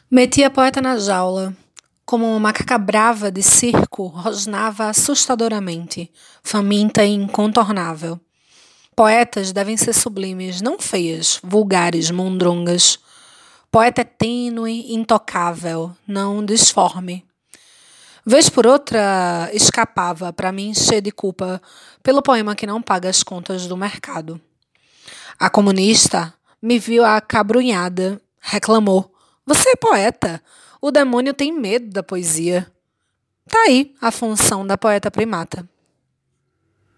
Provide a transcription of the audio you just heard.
Meti a poeta na jaula. Como uma macaca brava de circo, rosnava assustadoramente, faminta e incontornável. Poetas devem ser sublimes, não feias, vulgares, mondrongas. Poeta é tênue, intocável, não disforme. Vez por outra, escapava para me encher de culpa pelo poema que não paga as contas do mercado. A comunista me viu acabrunhada, reclamou. Você é poeta. O demônio tem medo da poesia. Tá aí a função da poeta primata.